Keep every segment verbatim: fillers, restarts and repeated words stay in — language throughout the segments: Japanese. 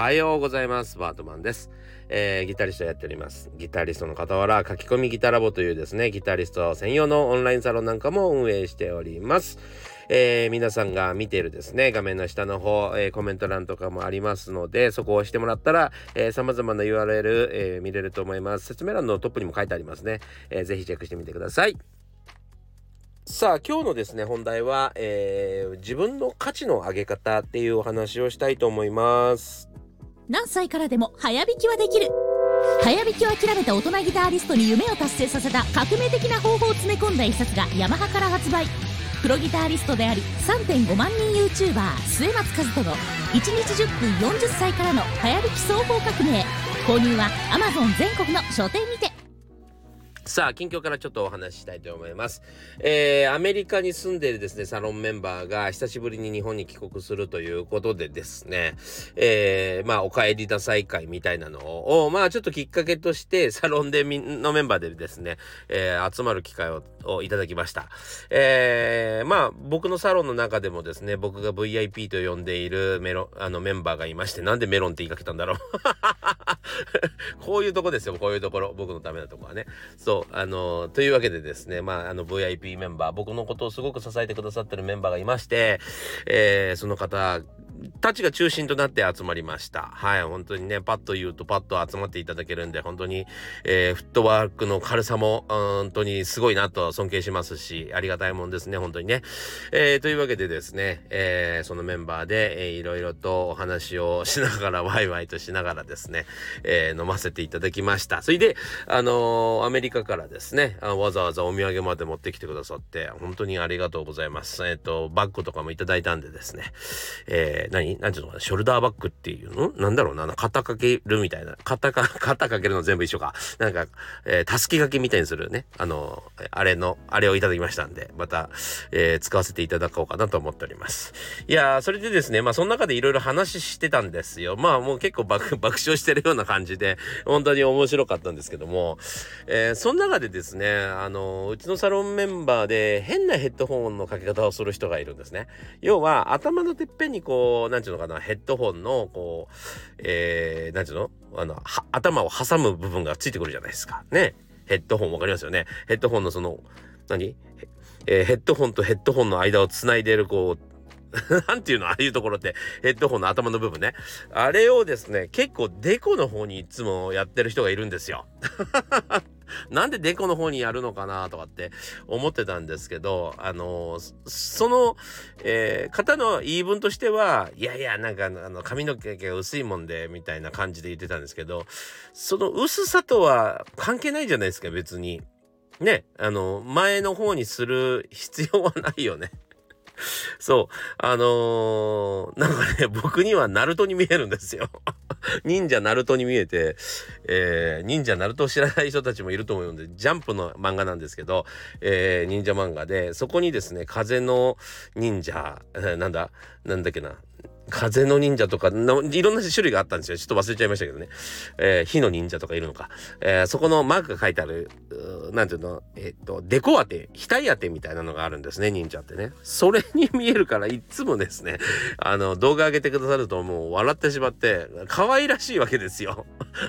はようございます。バートマンです。えー、ギタリストやっております。ギタリストの傍ら書き込みギタラボというですね、ギタリスト専用のオンラインサロンなんかも運営しております。えー、皆さんが見ているですね、画面の下の方、えー、コメント欄とかもありますので、そこを押してもらったら、えー、様々な ユーアールエル、えー、見れると思います。説明欄のトップにも書いてありますね。えー、ぜひチェックしてみてください。さあ今日のですね本題は、えー、自分の価値の上げ方っていうお話をしたいと思います。 何歳からでも早弾きはできる。早弾きを諦めた大人ギタリストに夢を達成させた革命的な方法を詰め込んだ一冊がヤマハから発売。プロギタリストであり さんてんご 万人 YouTuber 末松和人のいちにちじゅっぷんよんじゅっさいからの早弾き双方革命。購入は Amazon 全国の書店にて。 さあ近況からちょっとお話ししたいと思います。えー、アメリカに住んでいるですねサロンメンバーが久しぶりに日本に帰国するということでですね、えー、まあお帰りなさい会みたいなのをまあちょっときっかけとしてサロンでみのメンバーでですね、えー、集まる機会ををいただきました。えー、まあ僕のサロンの中でもですね僕が ブイアイピー と呼んでいるメロあのメンバーがいまして、なんでメロンって言いかけたんだろうこういうとこですよ、こういうところ、僕のためなとこはね。そうあのというわけでですね、まああの ブイアイピー メンバー、僕のことをすごく支えてくださってるメンバーがいまして、えー、その方たちが中心となって集まりました。はい、本当にねパッと言うとパッと集まっていただけるんで、本当に、えー、フットワークの軽さも本当にすごいなと尊敬しますし、ありがたいもんですね本当にね。えー、というわけでですね、えー、そのメンバーで、えー、いろいろとお話をしながらワイワイとしながらですね、えー、飲ませていただきました。それであのー、アメリカからですねあわざわざお土産まで持ってきてくださって本当にありがとうございます。えっ、ー、とバッグとかもいただいたんでですね、えー、何何ていうのかな、ショルダーバッグっていうのなんだろうな、肩掛けるみたいな、肩か肩掛けるの全部一緒か、なんか、えー、たすき掛けみたいにするね、あのー、あれのあれをいただきましたんで、また、えー、使わせていただこうかなと思っております。いやーそれでですね、まあその中でいろいろ話してたんですよ。まあもう結構爆爆笑してるような感じで本当に面白かったんですけども、えー、その中でですねあのー、うちのサロンメンバーで変なヘッドホンのかけ方をする人がいるんですね。要は頭のてっぺんにこうなんていうのかな、ヘッドホンのこう、えー、なんていうのあの頭を挟む部分がついてくるじゃないですかね。ヘッドホンわかりますよね。ヘッドホンのその何、えー、ヘッドホンとヘッドホンの間をつないでいるこうなんていうの、ああいうところってヘッドホンの頭の部分ね、あれをですね結構デコの方にいつもやってる人がいるんですよなんでデコの方にやるのかなとかって思ってたんですけど、あのー、その、えー、方の言い分としてはいやいやなんかあの髪の毛が薄いもんでみたいな感じで言ってたんですけど、その薄さとは関係ないじゃないですか別にね。あの前の方にする必要はないよねそう、あのー、なんかね、僕にはナルトに見えるんですよ。忍者ナルトに見えて、えー、忍者ナルトを知らない人たちもいると思うので、ジャンプの漫画なんですけど、えー、忍者漫画で、そこにですね、風の忍者、えー、なんだ、なんだっけな、風の忍者とかのいろんな種類があったんですよ。ちょっと忘れちゃいましたけどね。えー、火の忍者とかいるのか。えー、そこのマークが書いてある、なんていうの、えっと、デコ当て、額当てみたいなのがあるんですね、忍者ってね。それに見えるからいつもですね、あの、動画上げてくださるともう笑ってしまって、可愛らしいわけですよ。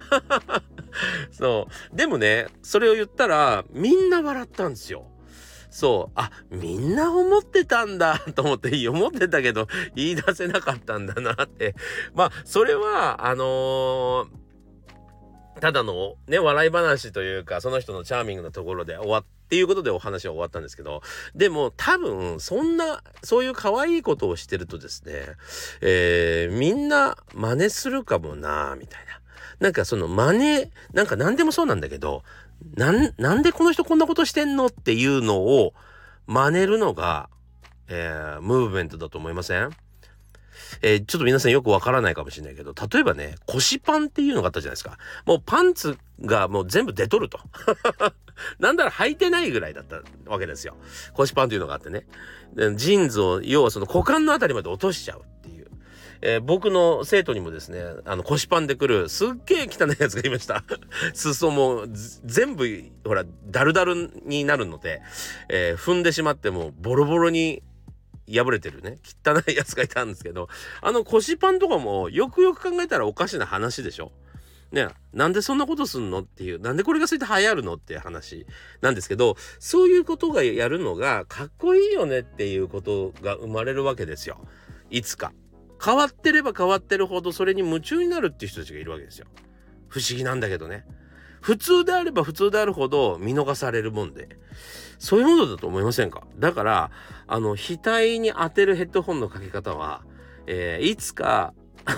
そう。でもね、それを言ったらみんな笑ったんですよ。そう、あ、みんな思ってたんだと思って、思ってたけど言い出せなかったんだなって。まあそれはあのー、ただのね笑い話というか、その人のチャーミングなところで終わっていうことでお話は終わったんですけど、でも多分そんなそういう可愛いことをしてるとですね、えー、みんな真似するかもなみたいな。なんかその真似、なんか何でもそうなんだけど、なん、なんでこの人こんなことしてんのっていうのを真似るのが、えー、ムーブメントだと思いません？えー、ちょっと皆さんよくわからないかもしれないけど、例えばね、腰パンっていうのがあったじゃないですか。もうパンツがもう全部出とると。なんだら履いてないぐらいだったわけですよ。腰パンというのがあってね。でジーンズを、要はその股間のあたりまで落としちゃうっていう。えー、僕の生徒にもですね、あの腰パンで来るすっげえ汚いやつがいました。裾も全部ほらダルダルになるので、えー、踏んでしまってもボロボロに破れてるね汚いやつがいたんですけど、あの腰パンとかもよくよく考えたらおかしな話でしょね。なんでそんなことすんのっていう、なんでこれがそうやって流行るのっていう話なんですけど、そういうことがやるのがかっこいいよねっていうことが生まれるわけですよ。いつか変わってれば変わってるほどそれに夢中になるっていう人たちがいるわけですよ。不思議なんだけどね。普通であれば普通であるほど見逃されるもんで、そういうものだと思いませんか？だからあの額に当てるヘッドホンのかけ方は、えー、いつか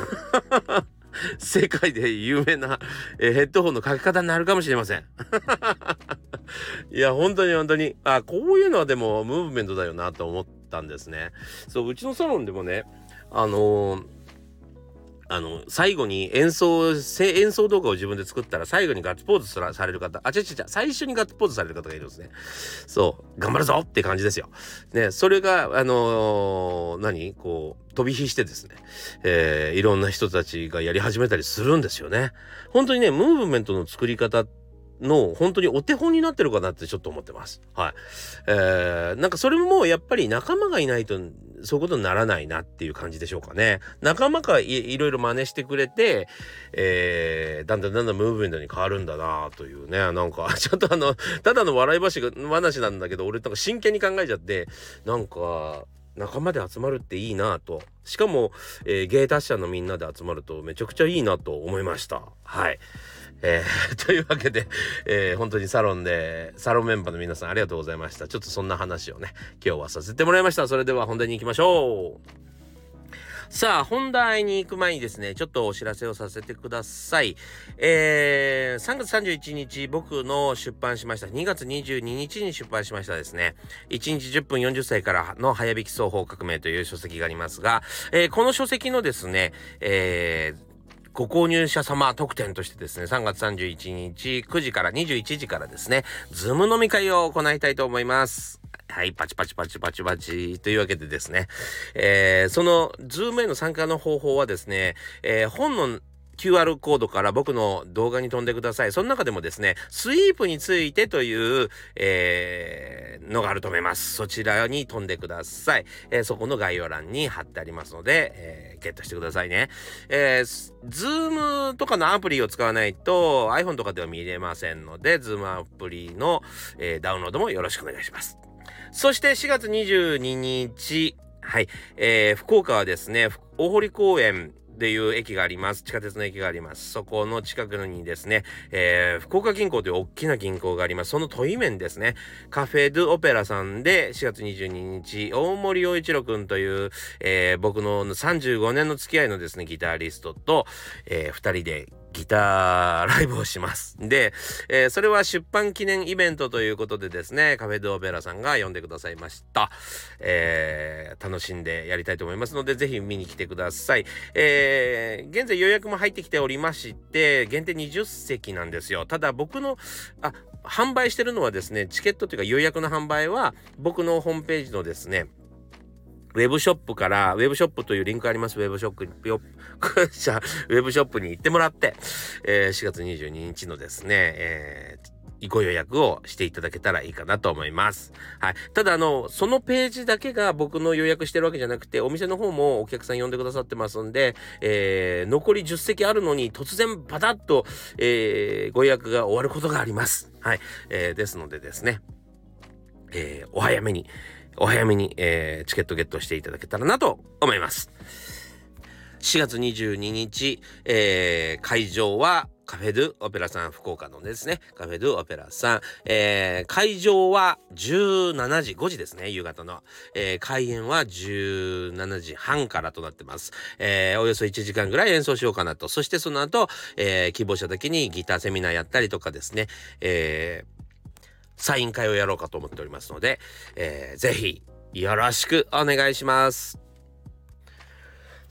世界で有名な、えー、ヘッドホンのかけ方になるかもしれません。いや本当に本当にあこういうのはでもムーブメントだよなと思ったんですね。そううちのサロンでもね、あのーあの最後に演奏演奏動画を自分で作ったら最後にガッツポーズされる方、あ違う違う違う最初にガッツポーズされる方がいるんですね。そう頑張るぞって感じですよね。それがあのー、何こう飛び火してですね、えー、いろんな人たちがやり始めたりするんですよね。本当にねムーブメントの作り方の本当にお手本になってるかなってちょっと思ってます。はい。えー、なんかそれもやっぱり仲間がいないとそういうことにならないなっていう感じでしょうかね。仲間が い, いろいろ真似してくれて、えー、だんだんだんだんムーブメントに変わるんだなというね。なんかちょっとあのただの笑い話なんだけど、俺なんか真剣に考えちゃって、なんか仲間で集まるっていいなと。しかも、えー、芸達者のみんなで集まるとめちゃくちゃいいなと思いました。はい。えー、というわけで、えー、本当にサロンでサロンメンバーの皆さんありがとうございました。ちょっとそんな話をね今日はさせてもらいました。それでは本題に行きましょう。さあ本題に行く前にですねちょっとお知らせをさせてください。えー、さんがつさんじゅういちにち僕の出版しましたにがつにじゅうににちに出版しましたですねいちにちじゅっぷんよんじゅっさいからの早引き双方革命という書籍がありますが、えー、この書籍のですね、えーご購入者様特典としてですね、さんがつさんじゅういちにちくじからにじゅういちじからですね、ズーム飲み会を行いたいと思います。はい、パチパチパチパチパチというわけでですね、えー、そのズームへの参加の方法はですね、えー、本のキューアール コードから僕の動画に飛んでください。その中でもですね、スイープについてという、えー、のがあると思います。そちらに飛んでください。えー、そこの概要欄に貼ってありますので、えー、ゲットしてくださいね。えー、Zoom とかのアプリを使わないと iPhone とかでは見れませんので、Zoom アプリの、えー、ダウンロードもよろしくお願いします。そしてしがつにじゅうににち、はい、えー、福岡はですね、大堀公園っていう駅があります。地下鉄の駅があります。そこの近くにですね、えー、福岡銀行という大きな銀行があります。その問い面ですね、カフェドゥオペラさんでしがつにじゅうににち、大森洋一郎くんという、えー、僕のさんじゅうごねんの付き合いのですね、ギタリストと、えー、ふたりでギターライブをします。で、えー、それは出版記念イベントということでですね、カフェドゥオペラさんが呼んでくださいました。えー、楽しんでやりたいと思いますので、ぜひ見に来てください。えー、現在予約も入ってきておりまして、限定にじゅっせきなんですよ。ただ僕の、あ、販売してるのはですね、チケットというか予約の販売は僕のホームページのですね、ウェブショップから、ウェブショップというリンクあります。ウェブショップに、ウェブショップに行ってもらって、えー、しがつにじゅうににちのですね、えー、ご予約をしていただけたらいいかなと思います。はい。ただ、あの、そのページだけが僕の予約してるわけじゃなくて、お店の方もお客さん呼んでくださってますんで、えー、残りじゅっせきあるのに突然バタッと、えー、ご予約が終わることがあります。はい。えー、ですのでですね、えー、お早めに、お早めに、えー、チケットゲットしていただけたらなと思います。しがつにじゅうににち、えー、会場はカフェドゥオペラさん、福岡のですね、カフェドゥオペラさん、えー、会場はじゅうしちじ、ごじですね、夕方の、えー、開演はじゅうしちじはんからとなってます。えー、およそいちじかんぐらい演奏しようかなと。そしてその後、えー、希望者だけにギターセミナーやったりとかですね、えーサイン会をやろうかと思っておりますので、えー、ぜひよろしくお願いします。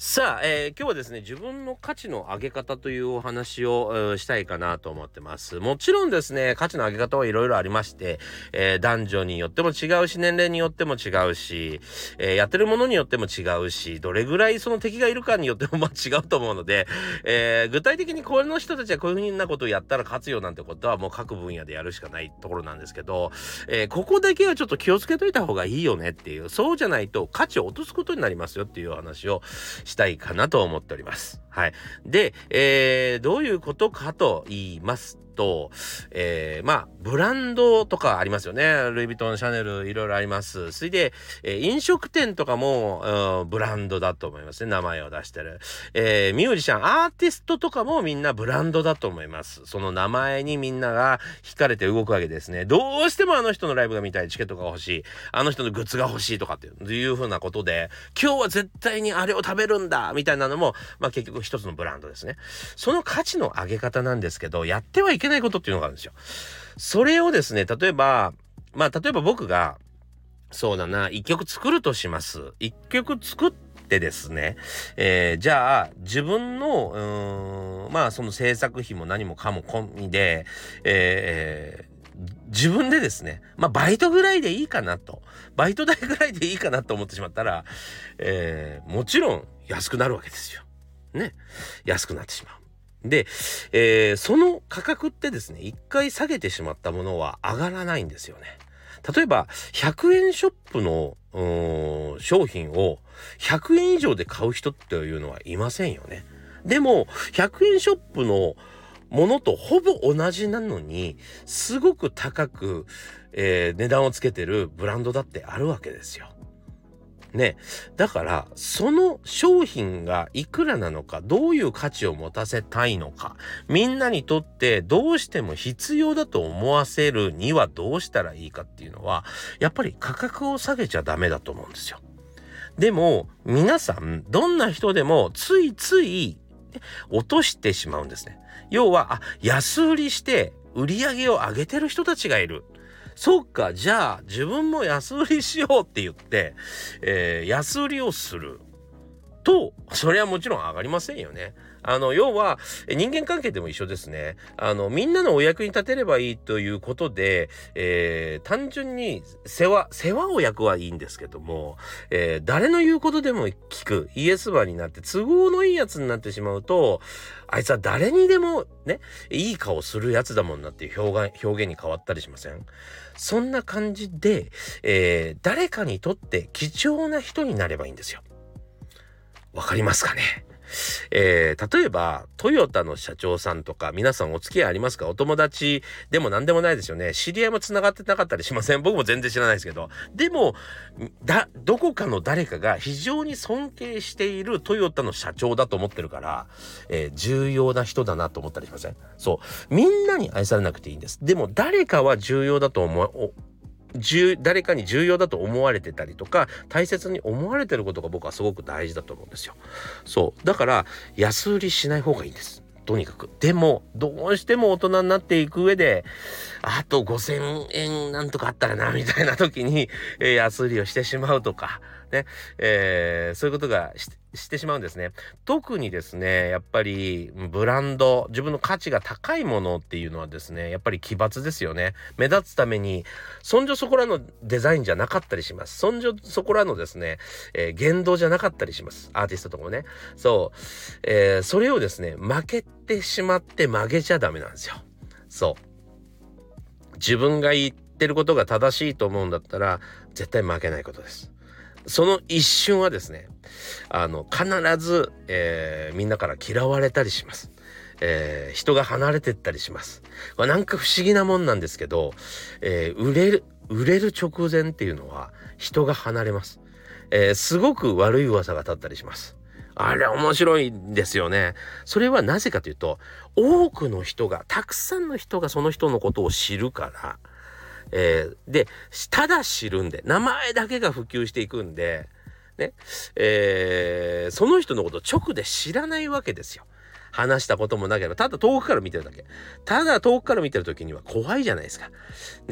さあ、えー、今日はですね、自分の価値の上げ方というお話を、えー、したいかなと思ってます。もちろんですね、価値の上げ方はいろいろありまして、えー、男女によっても違うし、年齢によっても違うし、えー、やってるものによっても違うし、どれぐらいその敵がいるかによってもまあ違うと思うので、えー、具体的にこの人たちはこういうふうなことをやったら勝つよなんてことはもう各分野でやるしかないところなんですけど、えー、ここだけはちょっと気をつけといた方がいいよねっていう、そうじゃないと価値を落とすことになりますよっていうお話をしたいかなと思っております。はい。で、えー、どういうことかと言いますと、えー、まあブランドとかありますよね。ルイ・ヴィトン、シャネル、いろいろあります。それで、えー、飲食店とかも、うん、ブランドだと思いますね。名前を出してる、えー、ミュージシャン、アーティストとかもみんなブランドだと思います。その名前にみんなが惹かれて動くわけですね。どうしてもあの人のライブが見たい、チケットが欲しい、あの人のグッズが欲しいとかっていうふうなことで、今日は絶対にあれを食べるんだみたいなのも、まあ結局一つのブランドですね。その価値の上げ方なんですけど、やってはいけないことっていうのがあるんですよ。それをですね、例えばまあ例えば僕がそうだな一曲作るとします。一曲作ってですね、えー、じゃあ自分のうーんまあその制作費も何もかも込みで、えー自分でですね、まあバイトぐらいでいいかなと、バイト代ぐらいでいいかなと思ってしまったら、えー、もちろん安くなるわけですよ。ね、安くなってしまう。で、えー、その価格ってですね、一回下げてしまったものは上がらないんですよね。例えばひゃくえんショップのうーん商品をひゃくえん以上で買う人っていうのはいませんよね。でもひゃくえんショップのものとほぼ同じなのにすごく高く、えー、値段をつけてるブランドだってあるわけですよ。ね。だからその商品がいくらなのか、どういう価値を持たせたいのか、みんなにとってどうしても必要だと思わせるにはどうしたらいいかっていうのは、やっぱり価格を下げちゃダメだと思うんですよ。でも皆さんどんな人でもついつい落としてしまうんですね。要は、あ、安売りして売り上げを上げてる人たちがいる。そうか、じゃあ自分も安売りしようって言って、えー、安売りをすると、それはもちろん上がりませんよね。あの要は人間関係でも一緒ですね。あのみんなのお役に立てればいいということで、えー、単純に世話世話を焼くはいいんですけども、えー、誰の言うことでも聞くイエスマンになって都合のいいやつになってしまうと、あいつは誰にでもねいい顔するやつだもんなっていう表現表現に変わったりしません？そんな感じで、えー、誰かにとって貴重な人になればいいんですよ。わかりますかね？えー、例えばトヨタの社長さんとか皆さんお付き合いありますか？お友達でも何でもないですよね。知り合いもつながってなかったりしません？僕も全然知らないですけど、でもだどこかの誰かが非常に尊敬しているトヨタの社長だと思ってるから、えー、重要な人だなと思ったりしません？そうみんなに愛されなくていいんです。でも誰かは重要だと思う誰かに重要だと思われてたりとか大切に思われてることが僕はすごく大事だと思うんですよ。そうだから安売りしない方がいいんです。とにかく。でもどうしても大人になっていく上であとごせんえんなんとかあったらなみたいな時に、えー、安売りをしてしまうとかね、えー、そういうことが し, してしまうんですね。特にですねやっぱりブランド、自分の価値が高いものっていうのはですねやっぱり奇抜ですよね。目立つためにそんじょそこらのデザインじゃなかったりします。そんじょそこらのですね、えー、言動じゃなかったりします。アーティストとかもね。そう、えー、それをですね負けてしまって曲げちゃダメなんですよ。そう自分が言ってることが正しいと思うんだったら絶対負けないことです。その一瞬はですねあの必ず、えー、みんなから嫌われたりします。えー、人が離れてったりします。これなんか不思議なもんなんですけど、えー、売れる売れる直前っていうのは人が離れます。えー、すごく悪い噂が立ったりします。あれ面白いんですよね。それはなぜかというと多くの人がたくさんの人がその人のことを知るから、えー、でただ知るんで名前だけが普及していくんでね、えー、その人のことを直で知らないわけですよ。話したこともなければただ遠くから見てるだけ。ただ遠くから見てる時には怖いじゃないですかね。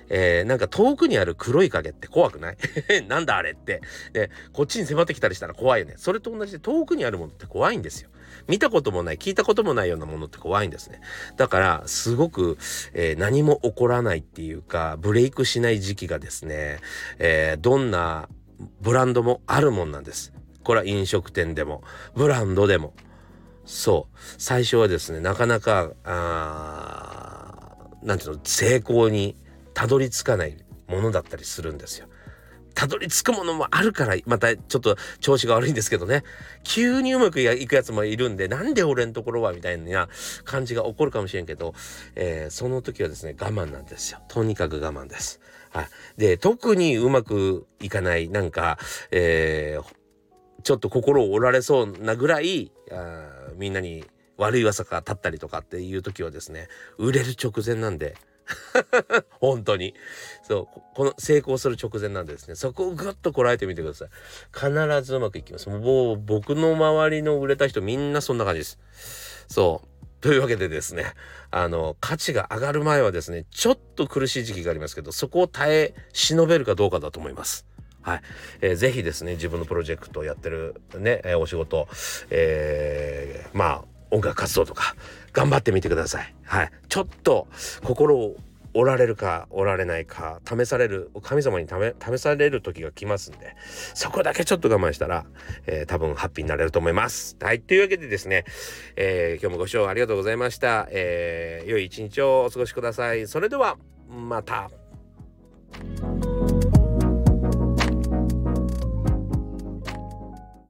えー、なんか遠くにある黒い影って怖くないなんだあれって。で、こっちに迫ってきたりしたら怖いよね。それと同じで遠くにあるものって怖いんですよ。見たこともない、聞いたこともないようなものって怖いんですね。だから、すごく、えー、何も起こらないっていうか、ブレイクしない時期がですね、えー、どんなブランドもあるもんなんです。これは飲食店でも、ブランドでも。そう。最初はですね、なかなか、あー、なんていうの、成功にたどり着かないものだったりするんですよ。たどり着くものもあるからまたちょっと調子が悪いんですけどね、急にうまくいくやつもいるんで、なんで俺んところはみたいな感じが起こるかもしれんけど、えー、その時はですね我慢なんですよ。とにかく我慢です。はい。で、特にうまくいかないなんか、えー、ちょっと心を折られそうなぐらいあみんなに悪い噂が立ったりとかっていう時はですね、売れる直前なんで本当にそうこの成功する直前なんでですね、そこをぐっとこらえてみてください。必ずうまくいきます。もう僕の周りの売れた人みんなそんな感じです。そうというわけでですね、あの価値が上がる前はですねちょっと苦しい時期がありますけど、そこを耐え忍べるかどうかだと思います。はい、えー、ぜひですね自分のプロジェクトをやってるね、えー、お仕事、えー、まあ音楽活動とか頑張ってみてください。はい、ちょっと心を折られるか折られないか試される、神様に試される時が来ますんで、そこだけちょっと我慢したら、えー、多分ハッピーになれると思います。はい、というわけでですね、えー、今日もご視聴ありがとうございました。えー、良い一日をお過ごしください。それではまた。